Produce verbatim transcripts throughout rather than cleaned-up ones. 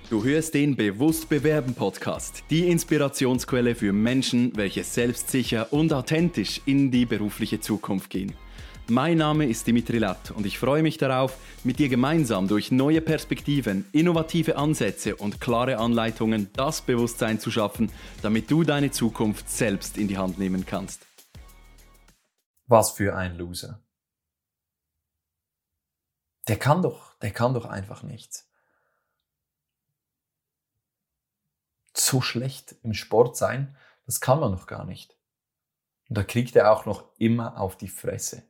Du hörst den Bewusst bewerben Podcast, die Inspirationsquelle für Menschen, welche selbstsicher und authentisch in die berufliche Zukunft gehen. Mein Name ist Dimitri Latt und ich freue mich darauf, mit dir gemeinsam durch neue Perspektiven, innovative Ansätze und klare Anleitungen das Bewusstsein zu schaffen, damit du deine Zukunft selbst in die Hand nehmen kannst. Was für ein Loser. Der kann doch, der kann doch einfach nichts. So schlecht im Sport sein, das kann man noch gar nicht. Und da kriegt er auch noch immer auf die Fresse.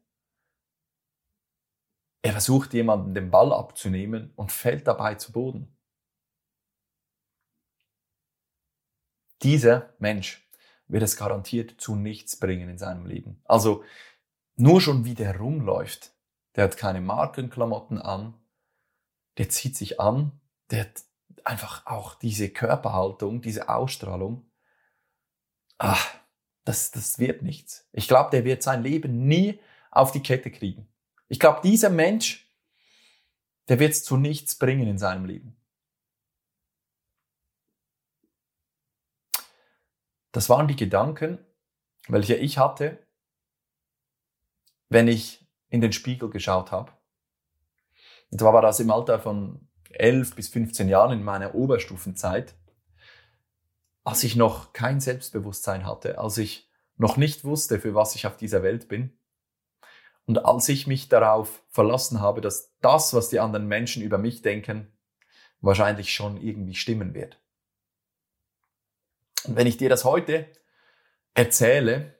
Er versucht jemanden den Ball abzunehmen und fällt dabei zu Boden. Dieser Mensch wird es garantiert zu nichts bringen in seinem Leben. Also nur schon wie der rumläuft, der hat keine Markenklamotten an, der zieht sich an, der hat einfach auch diese Körperhaltung, diese Ausstrahlung. Ach, das, das wird nichts. Ich glaube, der wird sein Leben nie auf die Kette kriegen. Ich glaube, dieser Mensch, der wird es zu nichts bringen in seinem Leben. Das waren die Gedanken, welche ich hatte, wenn ich in den Spiegel geschaut habe. Und zwar war das im Alter von elf bis fünfzehn Jahren in meiner Oberstufenzeit, als ich noch kein Selbstbewusstsein hatte, als ich noch nicht wusste, für was ich auf dieser Welt bin. Und als ich mich darauf verlassen habe, dass das, was die anderen Menschen über mich denken, wahrscheinlich schon irgendwie stimmen wird. Und wenn ich dir das heute erzähle,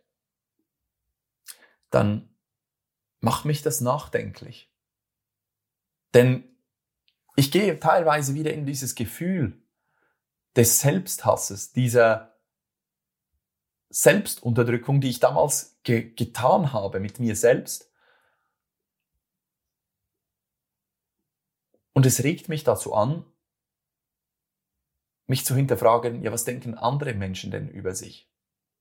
dann macht mich das nachdenklich. Denn ich gehe teilweise wieder in dieses Gefühl des Selbsthasses, dieser Selbstunterdrückung, die ich damals ge- getan habe mit mir selbst. Und es regt mich dazu an, mich zu hinterfragen, ja, was denken andere Menschen denn über sich?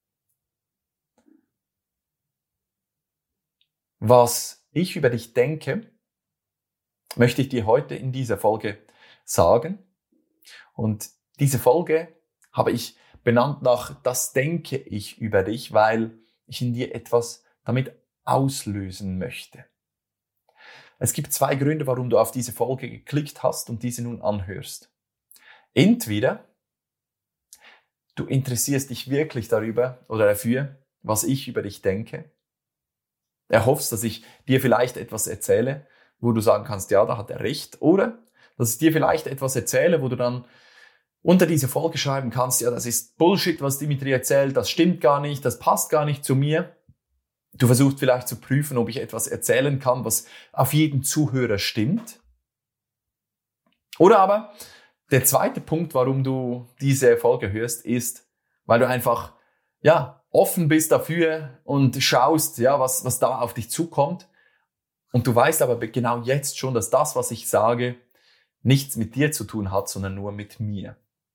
Was ich über dich denke, möchte ich dir heute in dieser Folge sagen. Und diese Folge habe ich benannt nach "Das denke ich über dich", weil ich in dir etwas damit auslösen möchte. Es gibt zwei Gründe, warum du auf diese Folge geklickt hast und diese nun anhörst. Entweder du interessierst dich wirklich darüber oder dafür, was ich über dich denke. Erhoffst, dass ich dir vielleicht etwas erzähle, wo du sagen kannst, ja, da hat er recht. Oder dass ich dir vielleicht etwas erzähle, wo du dann unter diese Folge schreiben kannst, ja, das ist Bullshit, was Dimitri erzählt, das stimmt gar nicht, das passt gar nicht zu mir. Du versuchst vielleicht zu prüfen, ob ich etwas erzählen kann, was auf jeden Zuhörer stimmt. Oder aber der zweite Punkt, warum du diese Folge hörst, ist, weil du einfach, ja, offen bist dafür und schaust, ja, was, was da auf dich zukommt. Und du weißt aber genau jetzt schon, dass das, was ich sage, nichts mit dir zu tun hat, sondern nur mit mir.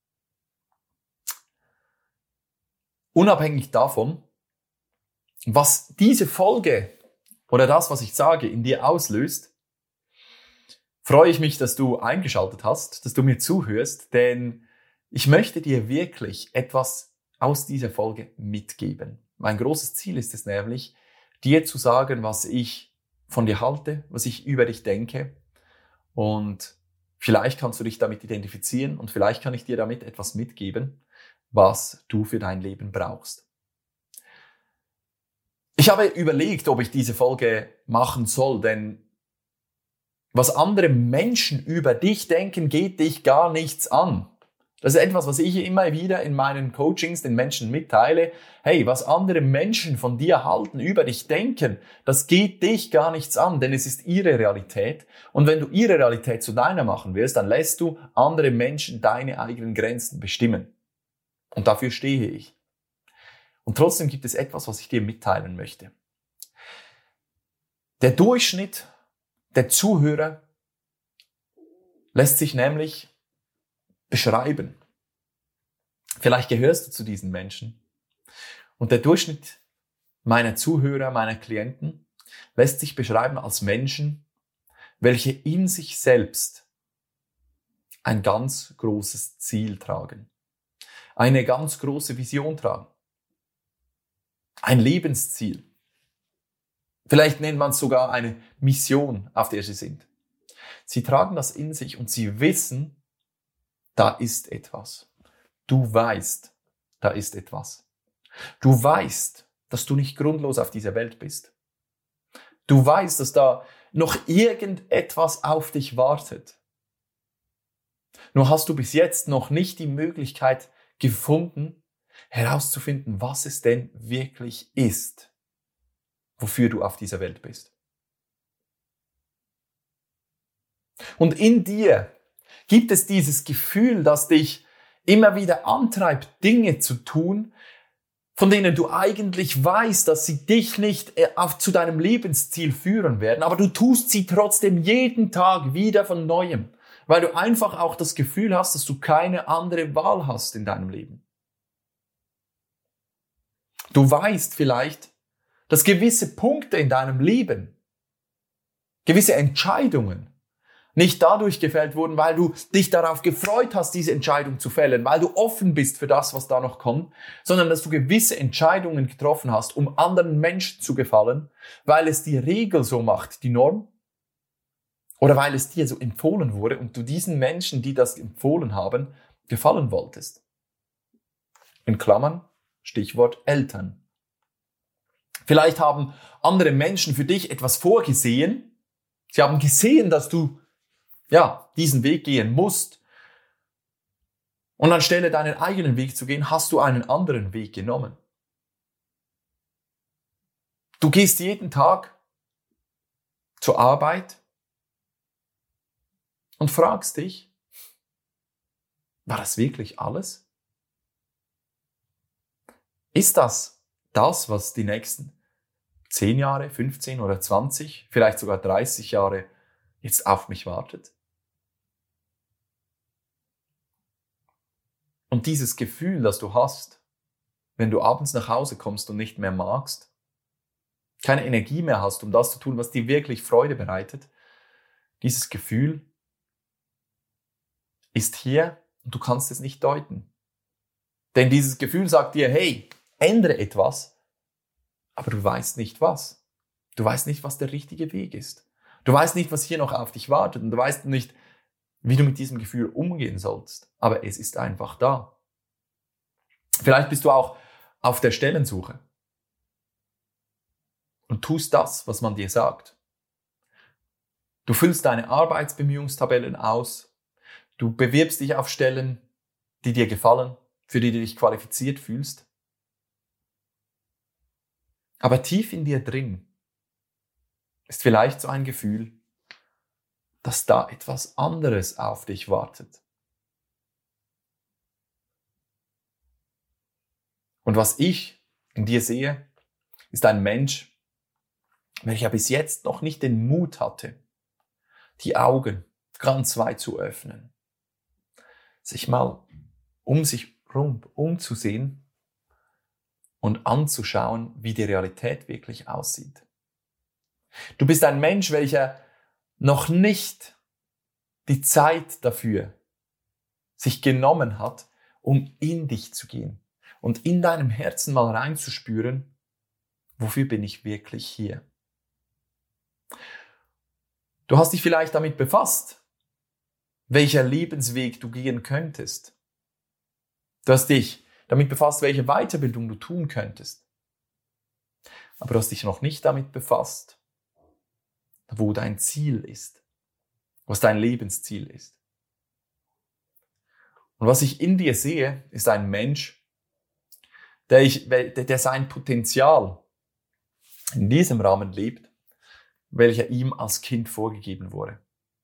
Unabhängig davon, was diese Folge oder das, was ich sage, in dir auslöst, freue ich mich, dass du eingeschaltet hast, dass du mir zuhörst, denn ich möchte dir wirklich etwas aus dieser Folge mitgeben. Mein großes Ziel ist es nämlich, dir zu sagen, was ich von dir halte, was ich über dich denke, und vielleicht kannst du dich damit identifizieren und vielleicht kann ich dir damit etwas mitgeben, was du für dein Leben brauchst. Ich habe überlegt, ob ich diese Folge machen soll, denn was andere Menschen über dich denken, geht dich gar nichts an. Das ist etwas, was ich immer wieder in meinen Coachings den Menschen mitteile. Hey, was andere Menschen von dir halten, über dich denken, das geht dich gar nichts an, denn es ist ihre Realität. Und wenn du ihre Realität zu deiner machen willst, dann lässt du andere Menschen deine eigenen Grenzen bestimmen. Und dafür stehe ich. Und trotzdem gibt es etwas, was ich dir mitteilen möchte. Der Durchschnitt der Zuhörer lässt sich nämlich beschreiben. Vielleicht gehörst du zu diesen Menschen. Und der Durchschnitt meiner Zuhörer, meiner Klienten, lässt sich beschreiben als Menschen, welche in sich selbst ein ganz großes Ziel tragen. Eine ganz große Vision tragen. Ein Lebensziel. Vielleicht nennt man es sogar eine Mission, auf der sie sind. Sie tragen das in sich und sie wissen, da ist etwas. Du weißt, da ist etwas. Du weißt, dass du nicht grundlos auf dieser Welt bist. Du weißt, dass da noch irgendetwas auf dich wartet. Nur hast du bis jetzt noch nicht die Möglichkeit gefunden, herauszufinden, was es denn wirklich ist, wofür du auf dieser Welt bist. Und in dir gibt es dieses Gefühl, das dich immer wieder antreibt, Dinge zu tun, von denen du eigentlich weißt, dass sie dich nicht auf, zu deinem Lebensziel führen werden, aber du tust sie trotzdem jeden Tag wieder von Neuem, weil du einfach auch das Gefühl hast, dass du keine andere Wahl hast in deinem Leben. Du weißt vielleicht, dass gewisse Punkte in deinem Leben, gewisse Entscheidungen nicht dadurch gefällt wurden, weil du dich darauf gefreut hast, diese Entscheidung zu fällen, weil du offen bist für das, was da noch kommt, sondern dass du gewisse Entscheidungen getroffen hast, um anderen Menschen zu gefallen, weil es die Regel so macht, die Norm, oder weil es dir so empfohlen wurde und du diesen Menschen, die das empfohlen haben, gefallen wolltest. In Klammern, Stichwort Eltern. Vielleicht haben andere Menschen für dich etwas vorgesehen. Sie haben gesehen, dass du ja, diesen Weg gehen musst. Und anstelle deinen eigenen Weg zu gehen, hast du einen anderen Weg genommen. Du gehst jeden Tag zur Arbeit und fragst dich, war das wirklich alles? Ist das das, was die nächsten zehn Jahre, fünfzehn oder zwanzig, vielleicht sogar dreißig Jahre jetzt auf mich wartet? Und dieses Gefühl, das du hast, wenn du abends nach Hause kommst und nicht mehr magst, keine Energie mehr hast, um das zu tun, was dir wirklich Freude bereitet, dieses Gefühl ist hier und du kannst es nicht deuten. Denn dieses Gefühl sagt dir, hey, ändere etwas, aber du weißt nicht was. Du weißt nicht, was der richtige Weg ist. Du weißt nicht, was hier noch auf dich wartet und du weißt nicht, wie du mit diesem Gefühl umgehen sollst. Aber es ist einfach da. Vielleicht bist du auch auf der Stellensuche und tust das, was man dir sagt. Du füllst deine Arbeitsbemühungstabellen aus. Du bewirbst dich auf Stellen, die dir gefallen, für die du dich qualifiziert fühlst. Aber tief in dir drin ist vielleicht so ein Gefühl, dass da etwas anderes auf dich wartet. Und was ich in dir sehe, ist ein Mensch, welcher bis jetzt noch nicht den Mut hatte, die Augen ganz weit zu öffnen, sich mal um sich rum umzusehen und anzuschauen, wie die Realität wirklich aussieht. Du bist ein Mensch, welcher noch nicht die Zeit dafür sich genommen hat, um in dich zu gehen und in deinem Herzen mal reinzuspüren, wofür bin ich wirklich hier? Du hast dich vielleicht damit befasst, welcher Lebensweg du gehen könntest. Du hast dich damit befasst, welche Weiterbildung du tun könntest. Aber du hast dich noch nicht damit befasst, wo dein Ziel ist, was dein Lebensziel ist. Und was ich in dir sehe, ist ein Mensch, der, ich, der, der sein Potenzial in diesem Rahmen lebt, welcher ihm als Kind vorgegeben wurde.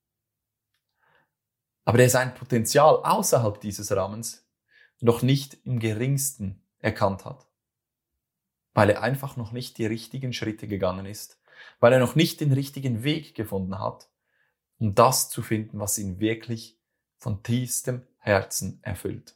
Aber der sein Potenzial außerhalb dieses Rahmens noch nicht im geringsten erkannt hat, weil er einfach noch nicht die richtigen Schritte gegangen ist, weil er noch nicht den richtigen Weg gefunden hat, um das zu finden, was ihn wirklich von tiefstem Herzen erfüllt.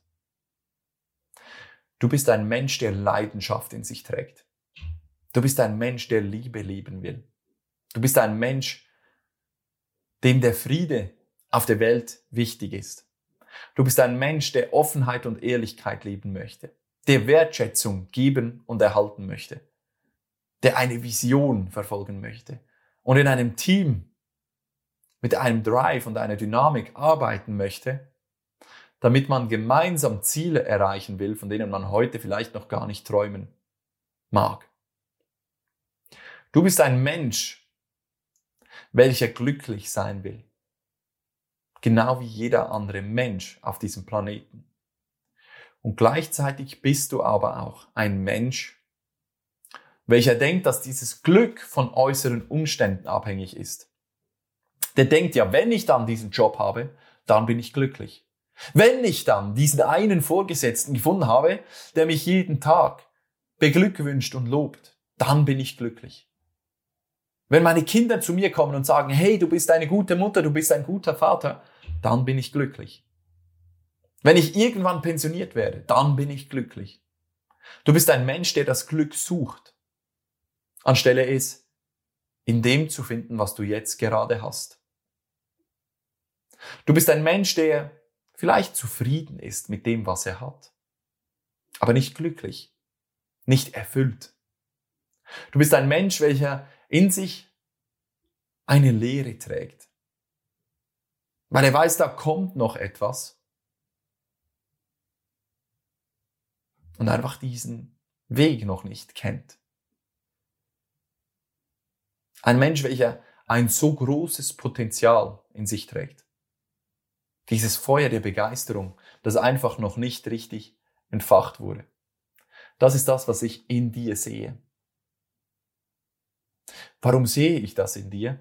Du bist ein Mensch, der Leidenschaft in sich trägt. Du bist ein Mensch, der Liebe leben will. Du bist ein Mensch, dem der Friede auf der Welt wichtig ist. Du bist ein Mensch, der Offenheit und Ehrlichkeit leben möchte, der Wertschätzung geben und erhalten möchte, der eine Vision verfolgen möchte und in einem Team mit einem Drive und einer Dynamik arbeiten möchte, damit man gemeinsam Ziele erreichen will, von denen man heute vielleicht noch gar nicht träumen mag. Du bist ein Mensch, welcher glücklich sein will. Genau wie jeder andere Mensch auf diesem Planeten. Und gleichzeitig bist du aber auch ein Mensch, welcher denkt, dass dieses Glück von äußeren Umständen abhängig ist. Der denkt ja, wenn ich dann diesen Job habe, dann bin ich glücklich. Wenn ich dann diesen einen Vorgesetzten gefunden habe, der mich jeden Tag beglückwünscht und lobt, dann bin ich glücklich. Wenn meine Kinder zu mir kommen und sagen, hey, du bist eine gute Mutter, du bist ein guter Vater, dann bin ich glücklich. Wenn ich irgendwann pensioniert werde, dann bin ich glücklich. Du bist ein Mensch, der das Glück sucht, anstelle es in dem zu finden, was du jetzt gerade hast. Du bist ein Mensch, der vielleicht zufrieden ist mit dem, was er hat, aber nicht glücklich, nicht erfüllt. Du bist ein Mensch, welcher in sich eine Leere trägt, weil er weiß, da kommt noch etwas und einfach diesen Weg noch nicht kennt. Ein Mensch, welcher ein so großes Potenzial in sich trägt. Dieses Feuer der Begeisterung, das einfach noch nicht richtig entfacht wurde. Das ist das, was ich in dir sehe. Warum sehe ich das in dir?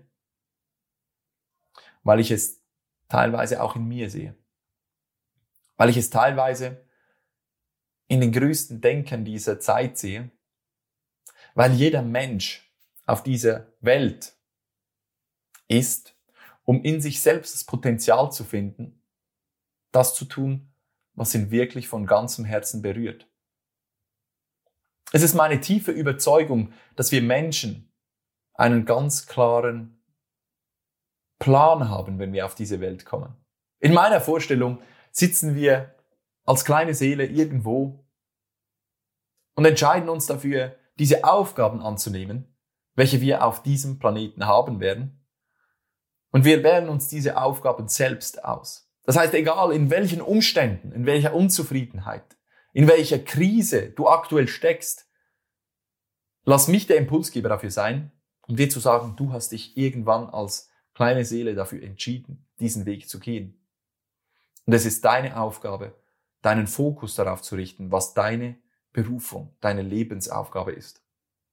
Weil ich es teilweise auch in mir sehe. Weil ich es teilweise in den größten Denkern dieser Zeit sehe. Weil jeder Mensch auf dieser Welt ist, um in sich selbst das Potenzial zu finden, das zu tun, was ihn wirklich von ganzem Herzen berührt. Es ist meine tiefe Überzeugung, dass wir Menschen einen ganz klaren Plan haben, wenn wir auf diese Welt kommen. In meiner Vorstellung sitzen wir als kleine Seele irgendwo und entscheiden uns dafür, diese Aufgaben anzunehmen, welche wir auf diesem Planeten haben werden. Und wir wählen uns diese Aufgaben selbst aus. Das heißt, egal in welchen Umständen, in welcher Unzufriedenheit, in welcher Krise du aktuell steckst, lass mich der Impulsgeber dafür sein, um dir zu sagen, du hast dich irgendwann als kleine Seele dafür entschieden, diesen Weg zu gehen. Und es ist deine Aufgabe, deinen Fokus darauf zu richten, was deine Berufung, deine Lebensaufgabe ist.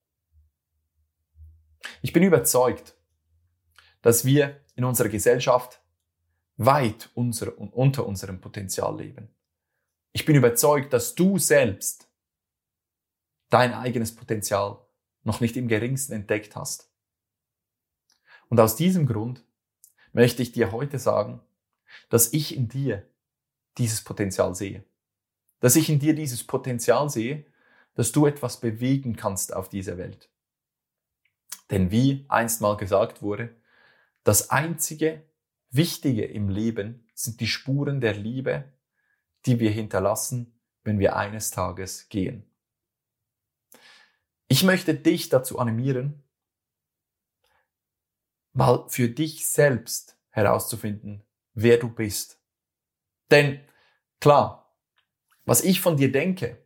Ich bin überzeugt, dass wir in unserer Gesellschaft weit unser, unter unserem Potenzial leben. Ich bin überzeugt, dass du selbst dein eigenes Potenzial noch nicht im geringsten entdeckt hast. Und aus diesem Grund möchte ich dir heute sagen, dass ich in dir dieses Potenzial sehe. Dass ich in dir dieses Potenzial sehe, dass du etwas bewegen kannst auf dieser Welt. Denn wie einst mal gesagt wurde, das einzige Wichtige im Leben sind die Spuren der Liebe, die wir hinterlassen, wenn wir eines Tages gehen. Ich möchte dich dazu animieren, mal für dich selbst herauszufinden, wer du bist. Denn klar, was ich von dir denke,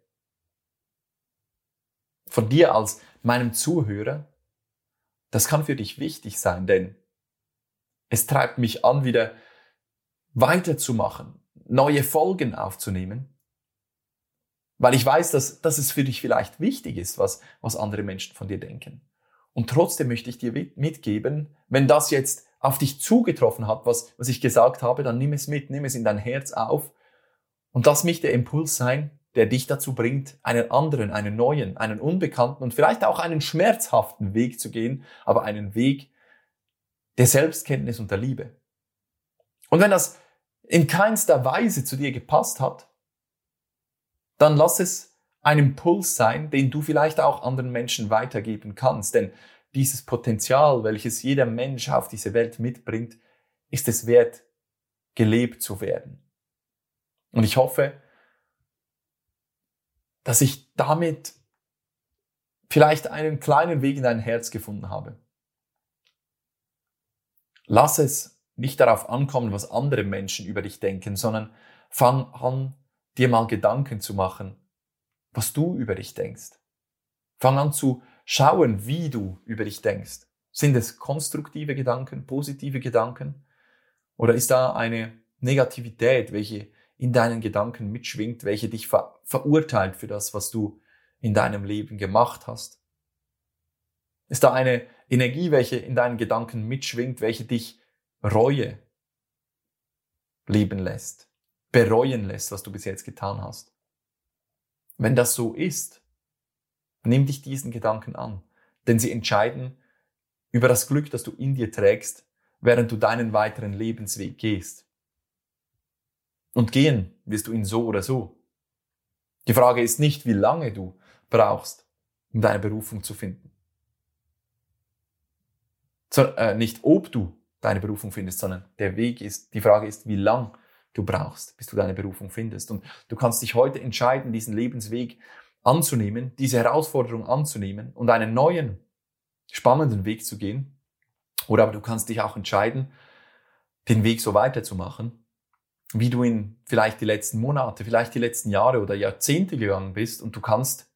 von dir als meinem Zuhörer, das kann für dich wichtig sein, denn es treibt mich an, wieder weiterzumachen, neue Folgen aufzunehmen, weil ich weiß, dass, dass es für dich vielleicht wichtig ist, was, was andere Menschen von dir denken. Und trotzdem möchte ich dir mitgeben, wenn das jetzt auf dich zugetroffen hat, was, was ich gesagt habe, dann nimm es mit, nimm es in dein Herz auf und lass mich der Impuls sein, der dich dazu bringt, einen anderen, einen neuen, einen unbekannten und vielleicht auch einen schmerzhaften Weg zu gehen, aber einen Weg der Selbstkenntnis und der Liebe. Und wenn das in keinster Weise zu dir gepasst hat, dann lass es ein Impuls sein, den du vielleicht auch anderen Menschen weitergeben kannst. Denn dieses Potenzial, welches jeder Mensch auf diese Welt mitbringt, ist es wert, gelebt zu werden. Und ich hoffe, dass ich damit vielleicht einen kleinen Weg in dein Herz gefunden habe. Lass es nicht darauf ankommen, was andere Menschen über dich denken, sondern fang an, dir mal Gedanken zu machen, was du über dich denkst. Fang an zu schauen, wie du über dich denkst. Sind es konstruktive Gedanken, positive Gedanken? Oder ist da eine Negativität, welche in deinen Gedanken mitschwingt, welche dich ver- verurteilt für das, was du in deinem Leben gemacht hast? Ist da eine Energie, welche in deinen Gedanken mitschwingt, welche dich Reue leben lässt, bereuen lässt, was du bis jetzt getan hast? Wenn das so ist, nimm dich diesen Gedanken an, denn sie entscheiden über das Glück, das du in dir trägst, während du deinen weiteren Lebensweg gehst. Und gehen wirst du ihn so oder so. Die Frage ist nicht, wie lange du brauchst, um deine Berufung zu finden. So, äh, nicht, ob du deine Berufung findest, sondern der Weg ist, die Frage ist, wie lang du brauchst, bis du deine Berufung findest. Und du kannst dich heute entscheiden, diesen Lebensweg anzunehmen, diese Herausforderung anzunehmen und einen neuen, spannenden Weg zu gehen. Oder aber du kannst dich auch entscheiden, den Weg so weiterzumachen, wie du ihn vielleicht die letzten Monate, vielleicht die letzten Jahre oder Jahrzehnte gegangen bist, und du kannst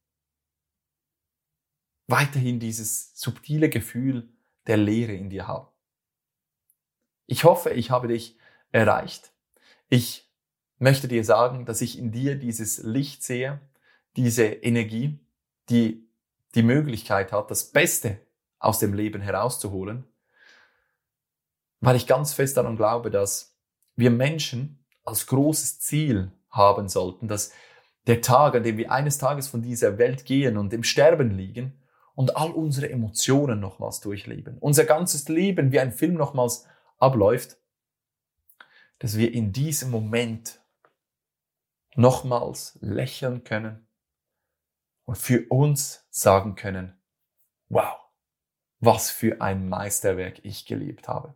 weiterhin dieses subtile Gefühl der Leere in dir haben. Ich hoffe, ich habe dich erreicht. Ich möchte dir sagen, dass ich in dir dieses Licht sehe, diese Energie, die die Möglichkeit hat, das Beste aus dem Leben herauszuholen, weil ich ganz fest daran glaube, dass wir Menschen als großes Ziel haben sollten, dass der Tag, an dem wir eines Tages von dieser Welt gehen und im Sterben liegen und all unsere Emotionen nochmals durchleben, unser ganzes Leben wie ein Film nochmals abläuft, dass wir in diesem Moment nochmals lächeln können und für uns sagen können, wow, was für ein Meisterwerk ich gelebt habe.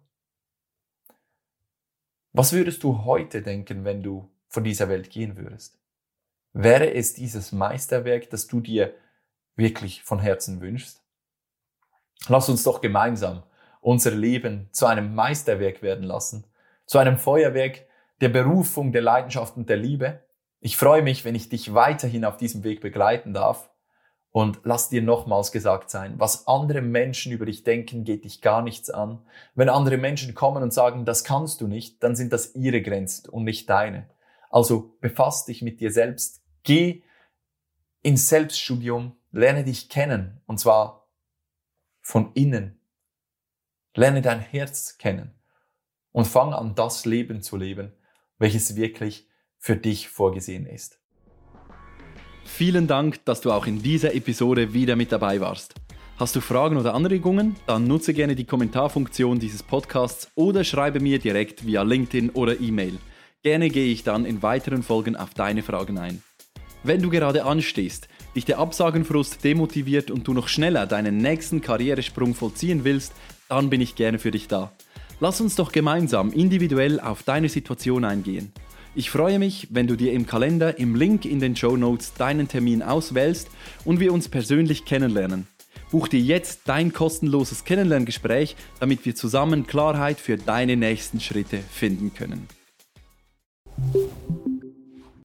Was würdest du heute denken, wenn du von dieser Welt gehen würdest? Wäre es dieses Meisterwerk, das du dir wirklich von Herzen wünschst? Lass uns doch gemeinsam unser Leben zu einem Meisterwerk werden lassen, zu einem Feuerwerk der Berufung, der Leidenschaft und der Liebe. Ich freue mich, wenn ich dich weiterhin auf diesem Weg begleiten darf. Und lass dir nochmals gesagt sein, was andere Menschen über dich denken, geht dich gar nichts an. Wenn andere Menschen kommen und sagen, das kannst du nicht, dann sind das ihre Grenzen und nicht deine. Also befass dich mit dir selbst, geh ins Selbststudium, lerne dich kennen, und zwar von innen. Lerne dein Herz kennen und fang an, das Leben zu leben, welches wirklich für dich vorgesehen ist. Vielen Dank, dass du auch in dieser Episode wieder mit dabei warst. Hast du Fragen oder Anregungen? Dann nutze gerne die Kommentarfunktion dieses Podcasts oder schreibe mir direkt via LinkedIn oder E-Mail. Gerne gehe ich dann in weiteren Folgen auf deine Fragen ein. Wenn du gerade anstehst, dich der Absagenfrust demotiviert und du noch schneller deinen nächsten Karrieresprung vollziehen willst, dann bin ich gerne für dich da. Lass uns doch gemeinsam individuell auf deine Situation eingehen. Ich freue mich, wenn du dir im Kalender im Link in den Shownotes deinen Termin auswählst und wir uns persönlich kennenlernen. Buch dir jetzt dein kostenloses Kennenlerngespräch, damit wir zusammen Klarheit für deine nächsten Schritte finden können.